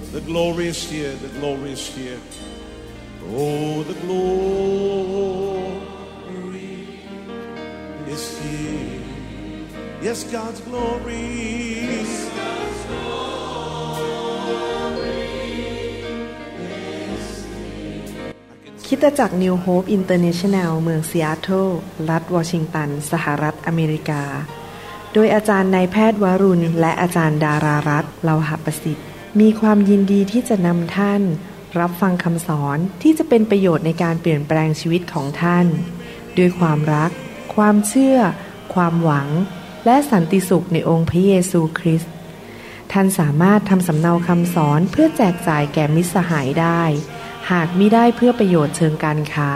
The glory is here. The glory is here. Oh, the glory is here. Yes, God's glory. Yes, God's glory is here. คริสตจักร New Hope International เมืองซีแอตเทิลรัฐวอชิงตันสหรัฐอเมริกาโดยอาจารย์นายแพทย์วรุณและอาจารย์ดารารัตน์เลาหประสิทธิ์มีความยินดีที่จะนำท่านรับฟังคำสอนที่จะเป็นประโยชน์ในการเปลี่ยนแปลงชีวิตของท่านด้วยความรักความเชื่อความหวังและสันติสุขในองค์พระเยซูคริสต์ท่านสามารถทำสำเนาคำสอนเพื่อแจกจ่ายแก่มิตรสหายได้หากมิได้เพื่อประโยชน์เชิงการค้า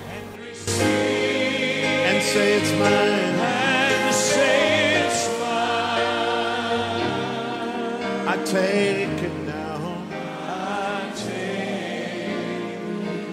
And say it's mine. And say it's mine. I take it now. I take it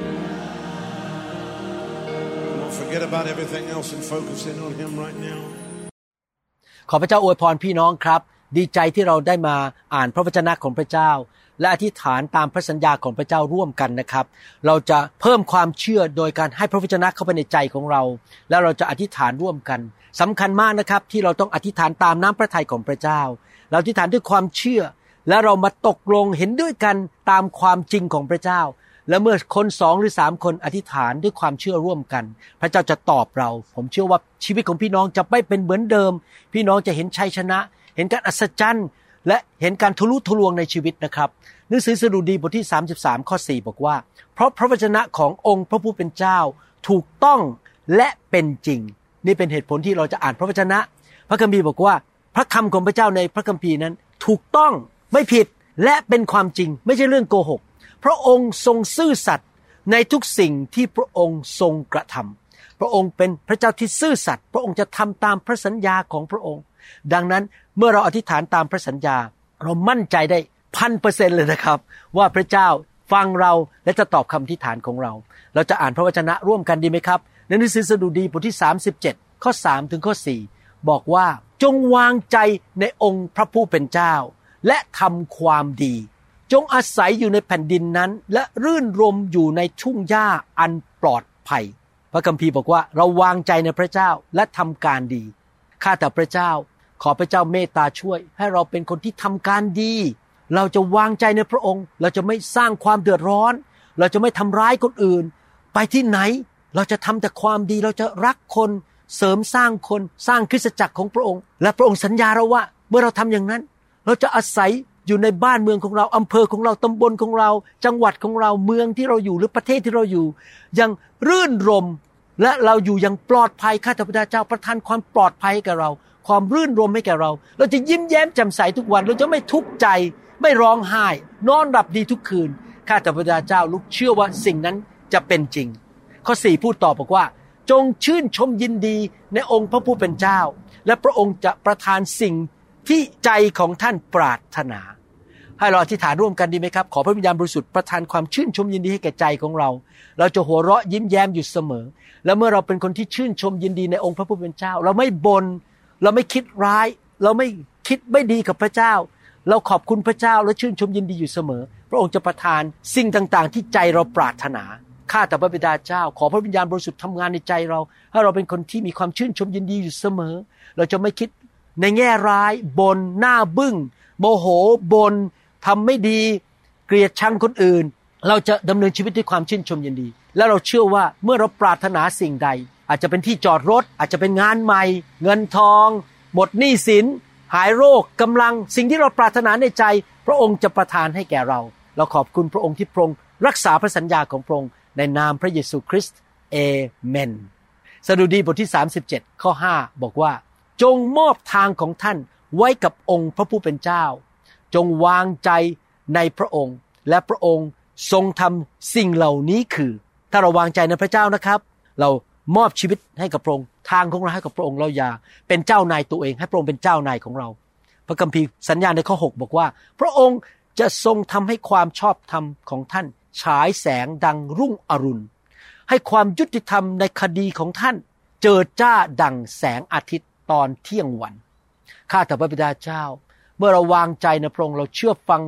now. Don't forget about everything else and focus in on Him right now. ขอพระเจ้าอวยพรพี่น้องครับดีใจที่เราได้มาอ่านพระวจนะของพระเจ้าและอธิษฐานตามพระสัญญาของพระเจ้าร่วมกันนะครับเราจะเพิ่มความเชื่อโดยการให้พระวจนะเข้าไปในใจของเราแล้วเราจะอธิษฐานร่วมกันสำคัญมากนะครับที่เราต้องอธิษฐานตามน้ำพระทัยของพระเจ้าเราอธิษฐานด้วยความเชื่อและเรามาตกลงเห็นด้วยกันตามความจริงของพระเจ้าและเมื่อคน2หรือ3คนอธิษฐานด้วยความเชื่อร่วมกันพระเจ้าจะตอบเราผมเชื่อว่าชีวิตของพี่น้องจะไม่เป็นเหมือนเดิมพี่น้องจะเห็นชัยชนะเห็นการอัศจรรย์และเห็นการทะลุทะลวงในชีวิตนะครับหนังสือสดุดีบทที่33ข้อ4บอกว่าเพราะพระวจนะขององค์พระผู้เป็นเจ้าถูกต้องและเป็นจริงนี่เป็นเหตุผลที่เราจะอ่านพระวจนะพระคัมภีร์บอกว่าพระคำของพระเจ้าในพระคัมภีร์นั้นถูกต้องไม่ผิดและเป็นความจริงไม่ใช่เรื่องโกหกพระองค์ทรงซื่อสัตย์ในทุกสิ่งที่พระองค์ทรงกระทำพระองค์เป็นพระเจ้าที่ซื่อสัตย์พระองค์จะทำตามพระสัญญาของพระองค์ดังนั้นเมื่อเราอธิษฐานตามพระสัญญาเรามั่นใจได้ 1,000% เลยนะครับว่าพระเจ้าฟังเราและจะตอบคำอธิษฐานของเราเราจะอ่านพระวจนะร่วมกันดีไหมครับในหนังสือสดุดีบทที่37ข้อ3ถึงข้อ4บอกว่าจงวางใจในองค์พระผู้เป็นเจ้าและทำความดีจงอาศัยอยู่ในแผ่นดินนั้นและรื่นรมอยู่ในทุ่งหญ้าอันปลอดภัยพระคัมภีร์บอกว่าเราวางใจในพระเจ้าและทำการดีข้าแต่พระเจ้าขอพระเจ้าเมตตาช่วยให้เราเป็นคนที่ทำการดีเราจะวางใจในพระองค์เราจะไม่สร้างความเดือดร้อนเราจะไม่ทำร้ายคนอื่นไปที่ไหนเราจะทำแต่ความดีเราจะรักคนเสริมสร้างคนสร้างคริสตจักรของพระองค์และพระองค์สัญญาเราว่าเมื่อเราทำอย่างนั้นเราจะอาศัยอยู่ในบ้านเมืองของเราอำเภอของเราตำบลของเราจังหวัดของเราเมืองที่เราอยู่หรือประเทศที่เราอยู่ยังรื่นรมและเราอยู่อย่างปลอดภัยข้าแต่พระเจ้าประทานความปลอดภัยให้แก่เราความรื่นรมให้แก่เราเราจะยิ้มแย้มแจ่มใสทุกวันเราจะไม่ทุกข์ใจไม่ร้องไห้นอนหลับดีทุกคืนข้าแต่พระเจ้าลูกเชื่อว่าสิ่งนั้นจะเป็นจริงข้อ4พูดต่อบอกว่าจงชื่นชมยินดีในองค์พระผู้เป็นเจ้าและพระองค์จะประทานสิ่งที่ใจของท่านปรารถนาให้เราอธิษฐานร่วมกันดีไหมครับขอพระวิญญาณบริสุทธิ์ประทานความชื่นชมยินดีให้แก่ใจของเราเราจะหัวเราะยิ้มแย้มอยู่เสมอและเมื่อเราเป็นคนที่ชื่นชมยินดีในองค์พระผู้เป็นเจ้าเราไม่บ่นเราไม่คิดร้ายเราไม่คิดไม่ดีกับพระเจ้าเราขอบคุณพระเจ้าและชื่นชมยินดีอยู่เสมอพระองค์จะประทานสิ่งต่างๆที่ใจเราปรารถนาข้าแต่พระบิดาเจ้าขอพระวิญญาณบริสุทธิ์ทำงานในใจเราให้เราเป็นคนที่มีความชื่นชมยินดีอยู่เสมอเราจะไม่คิดในแง่ร้ายบ่นหน้าบึ้งโมโหบ่นทำไม่ดีเกลียดชังคนอื่นเราจะดำเนินชีวิตด้วยความชื่นชมยินดีและเราเชื่อว่าเมื่อเราปรารถนาสิ่งใดอาจจะเป็นที่จอดรถอาจจะเป็นงานใหม่เงินทองหมดหนี้สินหายโรคกำลังสิ่งที่เราปรารถนาในใจพระองค์จะประทานให้แก่เราเราขอบคุณพระองค์ที่พระองค์รักษาพระสัญญาของพระองค์ในนามพระเยซูคริสต์เอเมนสดุดีบทที่37ข้อ5บอกว่าจงมอบทางของท่านไว้กับองค์พระผู้เป็นเจ้าจงวางใจในพระองค์และพระองค์ทรงทำสิ่งเหล่านี้คือถ้าเราวางใจในพระเจ้านะครับเรามอบชีวิตให้กับพระองค์ทางของเราให้กับพระองค์เราอย่าเป็นเจ้านายตัวเองให้พระองค์เป็นเจ้านายของเราพระคัมภีร์สัญญาในข้อ6บอกว่าพระองค์จะทรงทำให้ความชอบธรรมของท่านฉายแสงดังรุ่งอรุณให้ความยุติธรรมในคดีของท่านเจิดจ้าดังแสงอาทิตย์ตอนเที่ยงวันข้าแต่พระบิดาเจ้าเมื่อเราวางใจในพระองค์เราเชื่อฟัง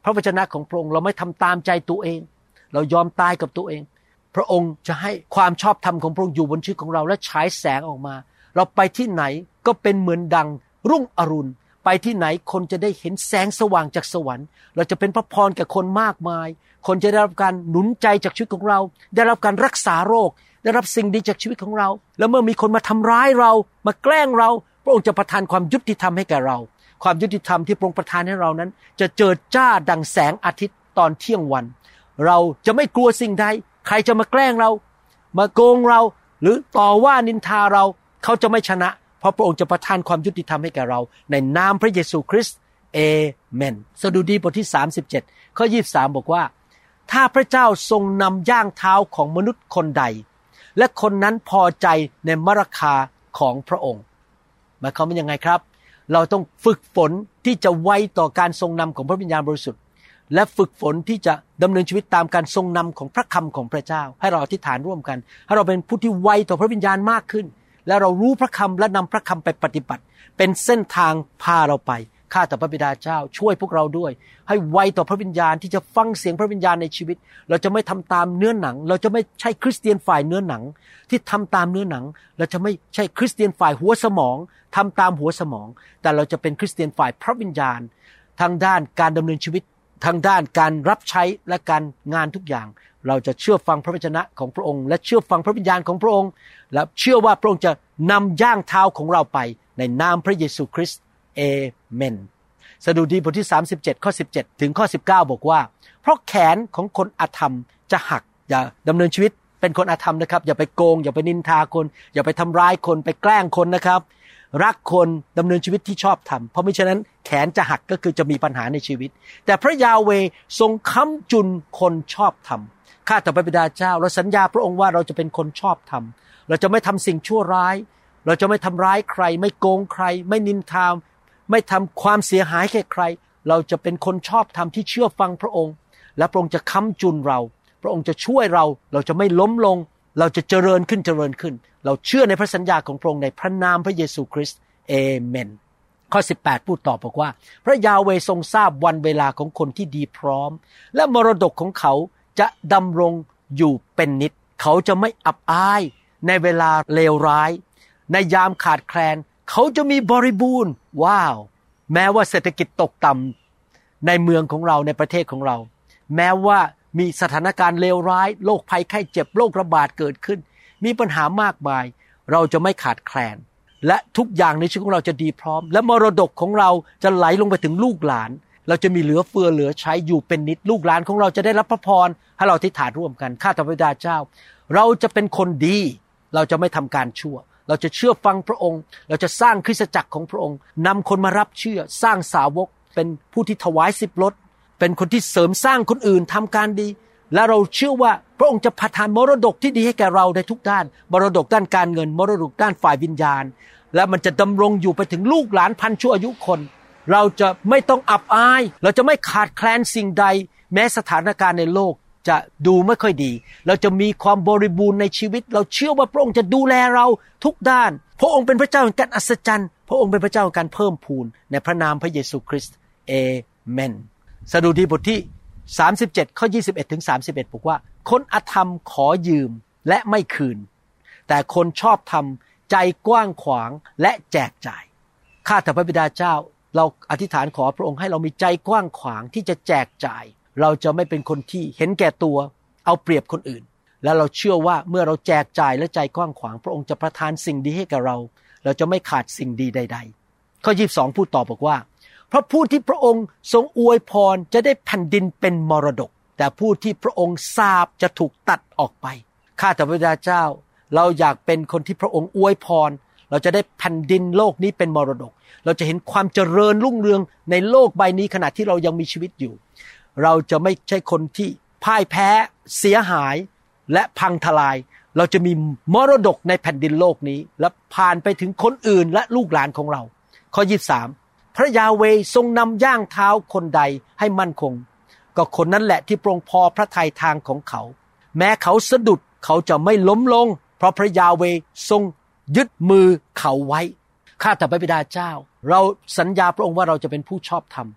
พระวจนะของพระองค์เราไม่ทำตามใจตัวเองเรายอมตายกับตัวเองพระองค์จะให้ความชอบธรรมของพระองค์อยู่บนชีวิตของเราและฉายแสงออกมาเราไปที่ไหนก็เป็นเหมือนดังรุ่งอรุณไปที่ไหนคนจะได้เห็นแสงสว่างจากสวรรค์เราจะเป็นพระพรแก่คนมากมายคนจะได้รับการหนุนใจจากชีวิตของเราได้รับการรักษาโรคได้รับสิ่งดีจากชีวิตของเราแล้วเมื่อมีคนมาทำร้ายเรามาแกล้งเราพระองค์จะประทานความยุติธรรมให้แก่เราความยุติธรรมที่พระองค์ประทานให้เรานั้นจะเจิดจ้าดังแสงอาทิตย์ตอนเที่ยงวันเราจะไม่กลัวสิ่งใดใครจะมาแกล้งเรามาโกงเราหรือต่อว่านินทาเราเขาจะไม่ชนะเพราะพระองค์จะประทานความยุติธรรมให้แก่เราในนามพระเยซูคริสต์เอเมนสดุดีบทที่37ข้อ23บอกว่าถ้าพระเจ้าทรงนำย่างเท้าของมนุษย์คนใดและคนนั้นพอใจในมรรคาของพระองค์หมายความว่ายังไงครับเราต้องฝึกฝนที่จะไวต่อการทรงนำของพระวิญญาณบริสุทธิ์และฝึกฝนที่จะดำเนินชีวิตตามการทรงนำของพระคำของพระเจ้าให้เราอธิษฐานร่วมกันให้เราเป็นผู้ที่ไวต่อพระวิญญาณมากขึ้นและเรารู้พระคำและนำพระคำไปปฏิบัติเป็นเส้นทางพาเราไปข้าแต่พระบิดาเจ้าช่วยพวกเราด้วยให้ไวต่อพระวิญญาณที่จะฟังเสียงพระวิญญาณในชีวิตเราจะไม่ทำตามเนื้อหนังเราจะไม่ใช่คริสเตียนฝ่ายเนื้อหนังที่ทำตามเนื้อหนังเราจะไม่ใช่คริสเตียนฝ่ายหัวสมองทำตามหัวสมองแต่เราจะเป็นคริสเตียนฝ่ายพระวิญญาณทางด้านการดำเนินชีวิตทางด้านการรับใช้และการงานทุกอย่างเราจะเชื่อฟังพระวจนะของพระองค์และเชื่อฟังพระวิญญาณของพระองค์และเชื่อว่าพระองค์จะนำย่างเท้าของเราไปในนามพระเยซูคริสต์เอเมนสดุดีบทที่37ข้อ17ถึงข้อ19บอกว่าเพราะแขนของคนอธรรมจะหักอย่าดำเนินชีวิตเป็นคนอธรรมนะครับอย่าไปโกงอย่าไปนินทาคนอย่าไปทำร้ายคนไปแกล้งคนนะครับรักคนดำเนินชีวิตที่ชอบธรรมเพราะไม่ฉะนั้นแขนจะหักก็คือจะมีปัญหาในชีวิตแต่พระยาเวห์ทรงค้ำจุนคนชอบธรรมข้าแต่พระบิดาเจ้าเราสัญญาพระองค์ว่าเราจะเป็นคนชอบธรรมเราจะไม่ทำสิ่งชั่วร้ายเราจะไม่ทำร้ายใครไม่โกงใครไม่นินทาไม่ทำความเสียหายแก่ใครเราจะเป็นคนชอบธรรมที่เชื่อฟังพระองค์และพระองค์จะค้ำจุนเราพระองค์จะช่วยเราเราจะไม่ล้มลงเราจะเจริญขึ้นเราเชื่อในพระสัญญาของพระองค์ในพระนามพระเยซูคริสต์เอเมนข้อ18พูดต่อบอกว่าพระยาเวห์ทรงทราบวันเวลาของคนที่ดีพร้อมและมรดกของเขาจะดำรงอยู่เป็นนิจเขาจะไม่อับอายในเวลาเลวร้ายในยามขาดแคลนเขาจะมีบริบูรณ์ว้าวแม้ว่าเศรษฐกิจตกต่ำในเมืองของเราในประเทศของเราแม้ว่ามีสถานการณ์เลวร้ายโรคภัยไข้เจ็บโรคระบาดเกิดขึ้นมีปัญหามากมายเราจะไม่ขาดแคลนและทุกอย่างในชีวิตของเราจะดีพร้อมและมรดกของเราจะไหลลงไปถึงลูกหลานเราจะมีเหลือเฟือเหลือใช้อยู่เป็นนิจลูกหลานของเราจะได้รับพระพรให้เราอธิษฐานร่วมกันข้าแต่พระบิดาเจ้าเราจะเป็นคนดีเราจะไม่ทำการชั่วเราจะเชื่อฟังพระองค์เราจะสร้างคริสตจักรของพระองค์นำคนมารับเชื่อสร้างสาวกเป็นผู้ที่ถวาย10รถเป็นคนที่เสริมสร้างคนอื่นทำการดีและเราเชื่อว่าพระองค์จะประทานมรดกที่ดีให้แก่เราในทุกด้านมรดกด้านการเงินมรดกด้านฝ่ายวิญญาณและมันจะดำรงอยู่ไปถึงลูกหลานพันชั่วอายุคนเราจะไม่ต้องอับอายเราจะไม่ขาดแคลนสิ่งใดแม้สถานการณ์ในโลกจะดูไม่ค่อยดีเราจะมีความบริบูรณ์ในชีวิตเราเชื่อว่าพระองค์จะดูแลเราทุกด้านพระองค์เป็นพระเจ้าแห่งการอัศจรรย์พระองค์เป็นพระเจ้าแห่งการเพิ่มพูนในพระนามพระเยซูคริสต์เอเมนสดุดีบทที่37ข้อ21ถึง31บอกว่าคนอธรรมขอยืมและไม่คืนแต่คนชอบธรรมใจกว้างขวางและแจกจ่ายข้าแต่พระบิดาเจ้าเราอธิษฐานขอพระองค์ให้เรามีใจกว้างขวางที่จะแจกจ่ายเราจะไม่เป็นคนที่เห็นแก่ตัวเอาเปรียบคนอื่นและเราเชื่อว่าเมื่อเราแจกจ่ายและใจกว้างขวางพระองค์จะประทานสิ่งดีให้กับเราเราจะไม่ขาดสิ่งดีใดๆข้อ22พูดต่อบอกว่าเพราะผู้ที่พระองค์ทรงอวยพรจะได้แผ่นดินเป็นมรดกแต่ผู้ที่พระองค์ทราบจะถูกตัดออกไปข้าแต่พระบิดาเจ้าเราอยากเป็นคนที่พระองค์อวยพรเราจะได้แผ่นดินโลกนี้เป็นมรดกเราจะเห็นความเจริญรุ่งเรืองในโลกใบนี้ขณะที่เรายังมีชีวิตอยู่เราจะไม่ใช่คนที่พ่ายแพ้เสียหายและพังทลายเราจะมีมรดกในแผ่นดินโลกนี้และผ่านไปถึงคนอื่นและลูกหลานของเราข้อ23พระยาเวห์ทรงนำย่างเท้าคนใดให้มั่นคงก็คนนั้นแหละที่พระองค์พอพระทัยทางของเขาแม้เขาสะดุดเขาจะไม่ล้มลงเพราะพระยาเวห์ทรงยึดมือเขาไว้ข้าแต่พระบิดาเจ้าเราสัญญาพระองค์ว่าเราจะเป็นผู้ชอบธรรม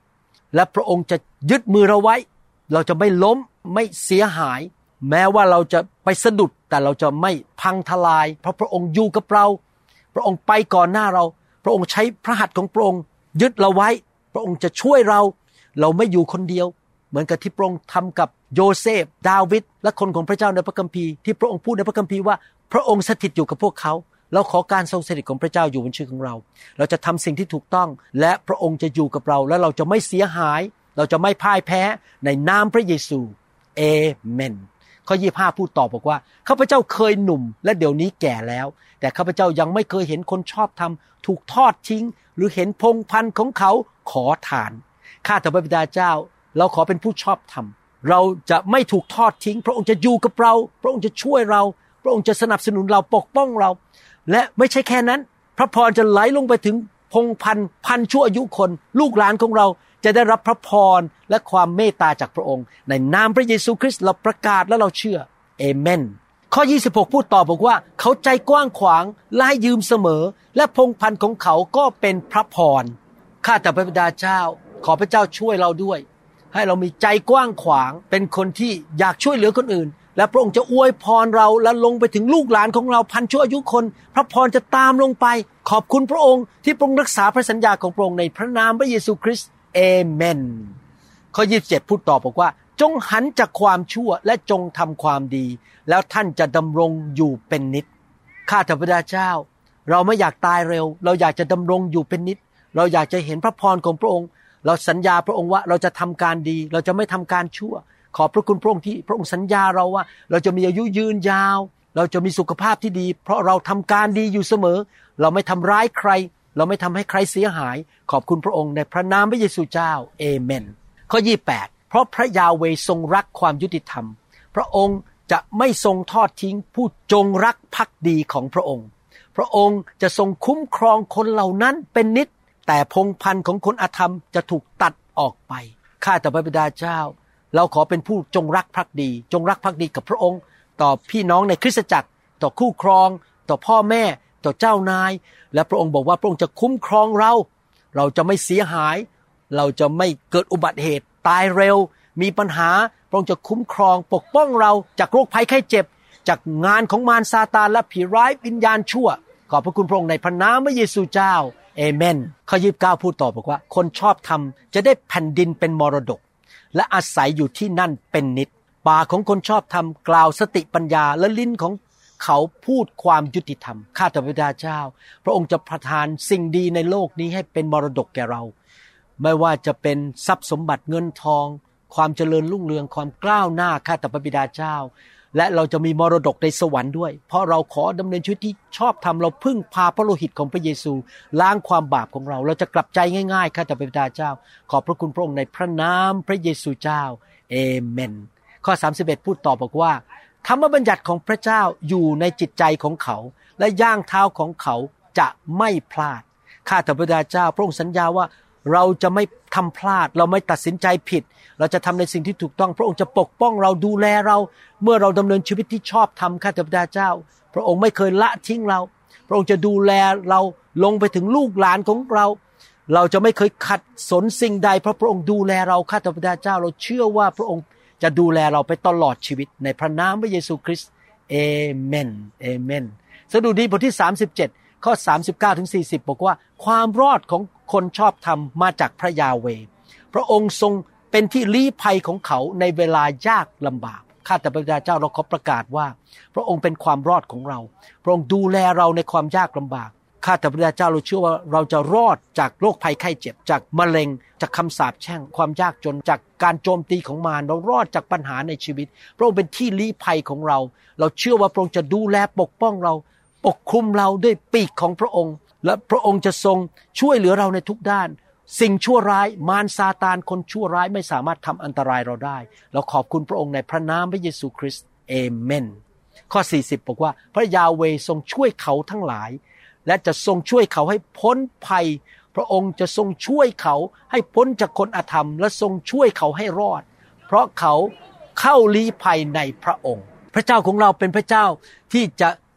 และพระองค์จะยึดมือเราไว้เราจะไม่ล้มไม่เสียหายแม้ว่าเราจะไปสะดุดแต่เราจะไม่พังทลายเพราะพระองค์อยู่กับเราพระองค์ไปก่อนหน้าเราพระองค์ใช้พระหัตถ์ของพระองค์ยึดเราไว้พระองค์จะช่วยเราไม่อยู่คนเดียวเหมือนกับที่พระองค์ทำกับโยเซฟดาวิดและคนของพระเจ้าในพระคัมภีร์ที่พระองค์พูดในพระคัมภีร์ว่าพระองค์สถิตอยู่กับพวกเขาเราขอการทรงสถิตของพระเจ้าอยู่บนชีวิตของเราเราจะทำสิ่งที่ถูกต้องและพระองค์จะอยู่กับเราและเราจะไม่เสียหายเราจะไม่พ่ายแพ้ในนามพระเยซูเอเมนข้อ25พูดต่อบอกว่าข้าพเจ้าเคยหนุ่มและเดี๋ยวนี้แก่แล้วแต่ข้าพเจ้ายังไม่เคยเห็นคนชอบธรรมถูกทอดทิ้งหรือเห็นพงศ์พันธุ์ของเขาขอทานข้าแต่พระบิดาเจ้าเราขอเป็นผู้ชอบธรรมเราจะไม่ถูกทอดทิ้งพระองค์จะอยู่กับเราพระองค์จะช่วยเราพระองค์จะสนับสนุนเราปกป้องเราและไม่ใช่แค่นั้นพระพรจะไหลลงไปถึงพงศ์พันธุ์ชั่วอายุคนลูกหลานของเราจะได้รับพระพรและความเมตตาจากพระองค์ในนามพระเยซูคริสต์เราประกาศและเราเชื่อเอเมนข้อ26พูดต่อบอกว่าเขาใจกว้างขวางและให้ยืมเสมอและพงศ์พันธุ์ของเขาก็เป็นพระพรข้าแต่พระบิดาเจ้าขอพระเจ้าช่วยเราด้วยให้เรามีใจกว้างขวางเป็นคนที่อยากช่วยเหลือคนอื่นและพระองค์จะอวยพรเราและลงไปถึงลูกหลานของเราพันชั่วอายุคนพระพรจะตามลงไปขอบคุณพระองค์ที่พระองค์รักษาพระสัญญาของพระองค์ในพระนามพระเยซูคริสต์เอเมนข้อ27พูดต่อบอกว่าจงหันจากความชั่วและจงทำความดีแล้วท่านจะดำรงอยู่เป็นนิจข้าแต่พระบิดาเจ้าเราไม่อยากตายเร็วเราอยากจะดำรงอยู่เป็นนิจเราอยากจะเห็นพระพรของพระองค์เราสัญญาพระองค์ว่าเราจะทำการดีเราจะไม่ทำการชั่วขอบพระคุณพระองค์ที่พระองค์สัญญาเราว่าเราจะมีอายุยืนยาวเราจะมีสุขภาพที่ดีเพราะเราทำการดีอยู่เสมอเราไม่ทำร้ายใครเราไม่ทำให้ใครเสียหายขอบคุณพระองค์ในพระนามพระเยซูเจ้าเอเมนข้อ28เพราะพระยาเวห์ทรงรักความยุติธรรมพระองค์จะไม่ทรงทอดทิ้งผู้จงรักภักดีของพระองค์พระองค์จะทรงคุ้มครองคนเหล่านั้นเป็นนิจแต่พงศ์พันธุ์ของคนอธรรมจะถูกตัดออกไปข้าแต่พระบิดาเจ้าเราขอเป็นผู้จงรักภักดีจงรักภักดีกับพระองค์ต่อพี่น้องในคริสตจักรต่อคู่ครองต่อพ่อแม่ต่อเจ้านายและพระองค์บอกว่าพระองค์จะคุ้มครองเราจะไม่เสียหายเราจะไม่เกิดอุบัติเหตุตายเร็วมีปัญหาพระองค์จะคุ้มครองปกป้องเราจากโรคภัยไข้เจ็บจากงานของมารซาตานและผีร้ายวิญญาณชั่วขอบพระคุณพระองค์ในพระนามพระเยซูเจ้าเอเมนข้อ29พูดต่อบอกว่าคนชอบธรรมจะได้แผ่นดินเป็นมรดกและอาศัยอยู่ที่นั่นเป็นนิจปากของคนชอบธรรมกล่าวสติปัญญาและลิ้นของเขาพูดความยุติธรรมข้าแต่พระบิดาเจ้าพระองค์จะประทานสิ่งดีในโลกนี้ให้เป็นมรดกแก่เราไม่ว่าจะเป็นทรัพย์สมบัติเงินทองความเจริญรุ่งเรืองความกล้าวหน้าข้าแต่พระบิดาเจ้าและเราจะมีมรดกในสวรรค์ด้วยเพราะเราขอดำเนินชีวิตที่ชอบธรรมเราพึ่งพาพระโลหิตของพระเยซูล้างความบาปของเราจะกลับใจง่ายๆข้าแต่พระบิดาเจ้าขอบพระคุณพระองค์ในพระนามพระเยซูเจ้าเอเมนข้อ31พูดต่อบอกว่าธรรมบัญญัติของพระเจ้าอยู่ในจิตใจของเขาและย่างเท้าของเขาจะไม่พลาดข้าแต่พระบิดาเจ้าพระองค์สัญญาว่าเราจะไม่ทำพลาดเราไม่ตัดสินใจผิดเราจะทำในสิ่งที่ถูกต้องพระองค์จะปกป้องเราดูแลเราเมื่อเราดำเนินชีวิตที่ชอบธรรมข้าแต่พระบิดาเจ้าพระองค์ไม่เคยละทิ้งเราพระองค์จะดูแลเราลงไปถึงลูกหลานของเราจะไม่เคยขัดสนสิ่งใดเพราะพระองค์ดูแลเราข้าแต่พระบิดาเจ้าเราเชื่อว่าพระองค์จะดูแลเราไปตลอดชีวิตในพระนามพระเยซูคริสต์เอเมนเอเมนสดุดีบทที่37ข้อ39ถึง40บอกว่าความรอดของคนชอบธรรมมาจากพระยาเวห์พระองค์ทรงเป็นที่ลี้ภัยของเขาในเวลายากลำบากข้าแต่พระบิดาเจ้าเราขอประกาศว่าพระองค์เป็นความรอดของเราพระองค์ดูแลเราในความยากลำบากข้าแต่พระบิดาเจ้าเราเชื่อว่าเราจะรอดจากโรคภัยไข้เจ็บจากมะเร็งจากคำสาปแช่งความยากจนจากการโจมตีของมารเรารอดจากปัญหาในชีวิตพระองค์เป็นที่ลี้ภัยของเราเชื่อว่าพระองค์จะดูแลปกป้องเราปกคลุมเราด้วยปีกของพระองค์และพระองค์จะทรงช่วยเหลือเราในทุกด้านสิ่งชั่วร้ายมารซาตานคนชั่วร้ายไม่สามารถทำอันตรายเราได้เราขอบคุณพระองค์ในพระนามพระเยซูคริสต์เอเมนข้อ40บอกว่าพระยาเวห์ทรงช่วยเขาทั้งหลายและจะทรงช่วยเขาให้พ้นภัยพระองค์จะทรงช่วยเขาให้พ้นจากคนอธรรมและทรงช่วยเขาให้รอดเพราะเขาเข้าลี้ภัยในพระองค์พระเจ้าของเราเป็นพระเจ้าที่จะ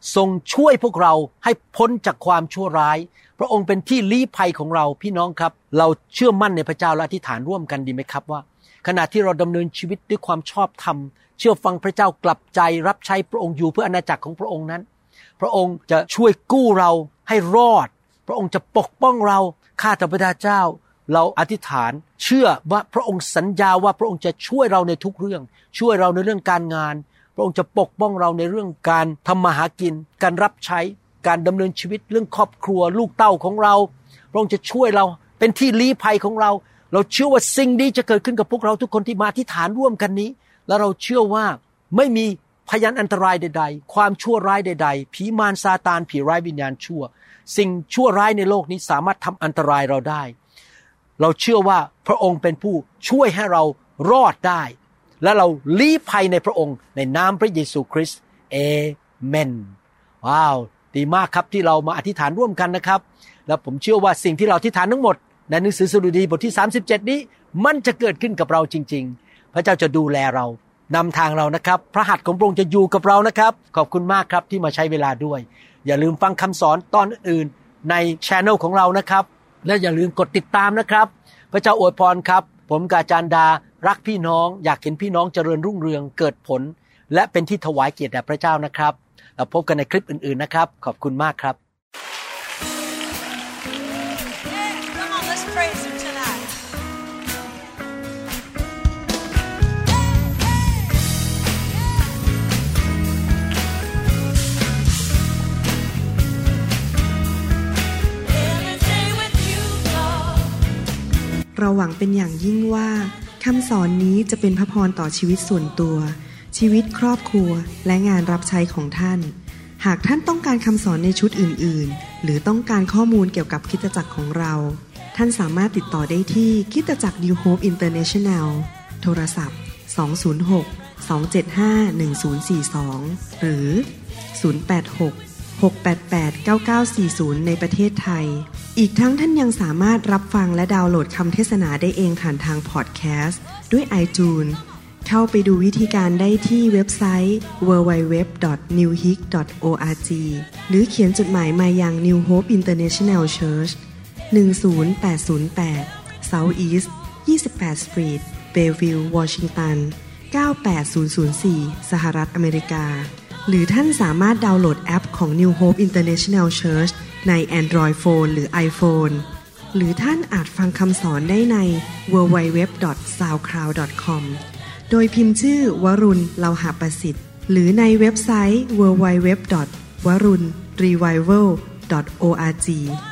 ทรงช่วยพวกเราให้พ้นจากความชั่วร้ายพระองค์เป็นที่ลี้ภัยของเราพี่น้องครับเราเชื่อมั่นในพระเจ้าและอธิษฐานร่วมกันดีไหมครับว่าขณะที่เราดำเนินชีวิตด้วยความชอบธรรมเชื่อฟังพระเจ้ากลับใจรับใช้พระองค์อยู่เพื่ออาณาจักรของพระองค์นั้นพระองค์จะช่วยกู้เราให้รอดพระองค์จะปกป้องเราข้าแต่พระเจ้าเราอธิษฐานเชื่อว่าพระองค์สัญญาว่าพระองค์จะช่วยเราในทุกเรื่องช่วยเราในเรื่องการงานพระองค์จะปกป้องเราในเรื่องการทำมาหากินการรับใช้การดำเนินชีวิตเรื่องครอบครัวลูกเต้าของเราพระองค์จะช่วยเราเป็นที่ลี้ภัยของเราเราเชื่อว่าสิ่งนี้จะเกิดขึ้นกับพวกเราทุกคนที่มาอธิษฐานร่วมกันนี้และเราเชื่อว่าไม่มีพยันอันตรายใดๆความชั่วร้ายใดๆผีมารซาตานผีร้ายวิญญาณชั่วสิ่งชั่วร้ายในโลกนี้สามารถทำอันตรายเราได้เราเชื่อว่าพระองค์เป็นผู้ช่วยให้เรารอดได้และเราลี้ภัยในพระองค์ในนามพระเยซูคริสต์เอเมนว้าวดีมากครับที่เรามาอธิษฐานร่วมกันนะครับและผมเชื่อว่าสิ่งที่เราอธิษฐานทั้งหมดในหนังสือสดุดีบทที่37นี้มันจะเกิดขึ้นกับเราจริงๆพระเจ้าจะดูแลเรานำทางเรานะครับพระหัตถ์ของพระองค์จะอยู่กับเรานะครับขอบคุณมากครับที่มาใช้เวลาด้วยอย่าลืมฟังคำสอนตอนอื่นใน Channel ของเรานะครับและอย่าลืมกดติดตามนะครับพระเจ้าอวยพรครับผมกาจารย์ดารักพี่น้องอยากเห็นพี่น้องเจริญรุ่งเรืองเกิดผลและเป็นที่ถวายเกียรติแด่พระเจ้านะครับเราพบกันในคลิปอื่นๆนะครับขอบคุณมากครับ Come on, let's praise him tonight. เราหวังเป็นอย่างยิ่งว่าคำสอนนี้จะเป็นพระพรต่อชีวิตส่วนตัวชีวิตครอบครัวและงานรับใช้ของท่านหากท่านต้องการคำสอนในชุดอื่นๆหรือต้องการข้อมูลเกี่ยวกับคริสตจักรของเราท่านสามารถติดต่อได้ที่คริสตจักร New Hope International โทรศัพท์206-275-1042หรือ086-688-9940ในประเทศไทยอีกทั้งท่านยังสามารถรับฟังและดาวน์โหลดคำเทศนาได้เองผ่านทางพอดแคสต์ด้วย iTunes เข้าไปดูวิธีการได้ที่เว็บไซต์ www.newhope.org หรือเขียนจดหมายมายัง New Hope International Church 10808 South East 28 Street Bellevue Washington 98004 สหรัฐอเมริกาหรือท่านสามารถดาวน์โหลดแอปของ New Hope International Church ใน Android Phone หรือ iPhone หรือท่านอาจฟังคำสอนได้ใน www.soundcloud.com โดยพิมพ์ชื่อวรุณเลาหะประสิทธิ์หรือในเว็บไซต์ www.warunrevival.org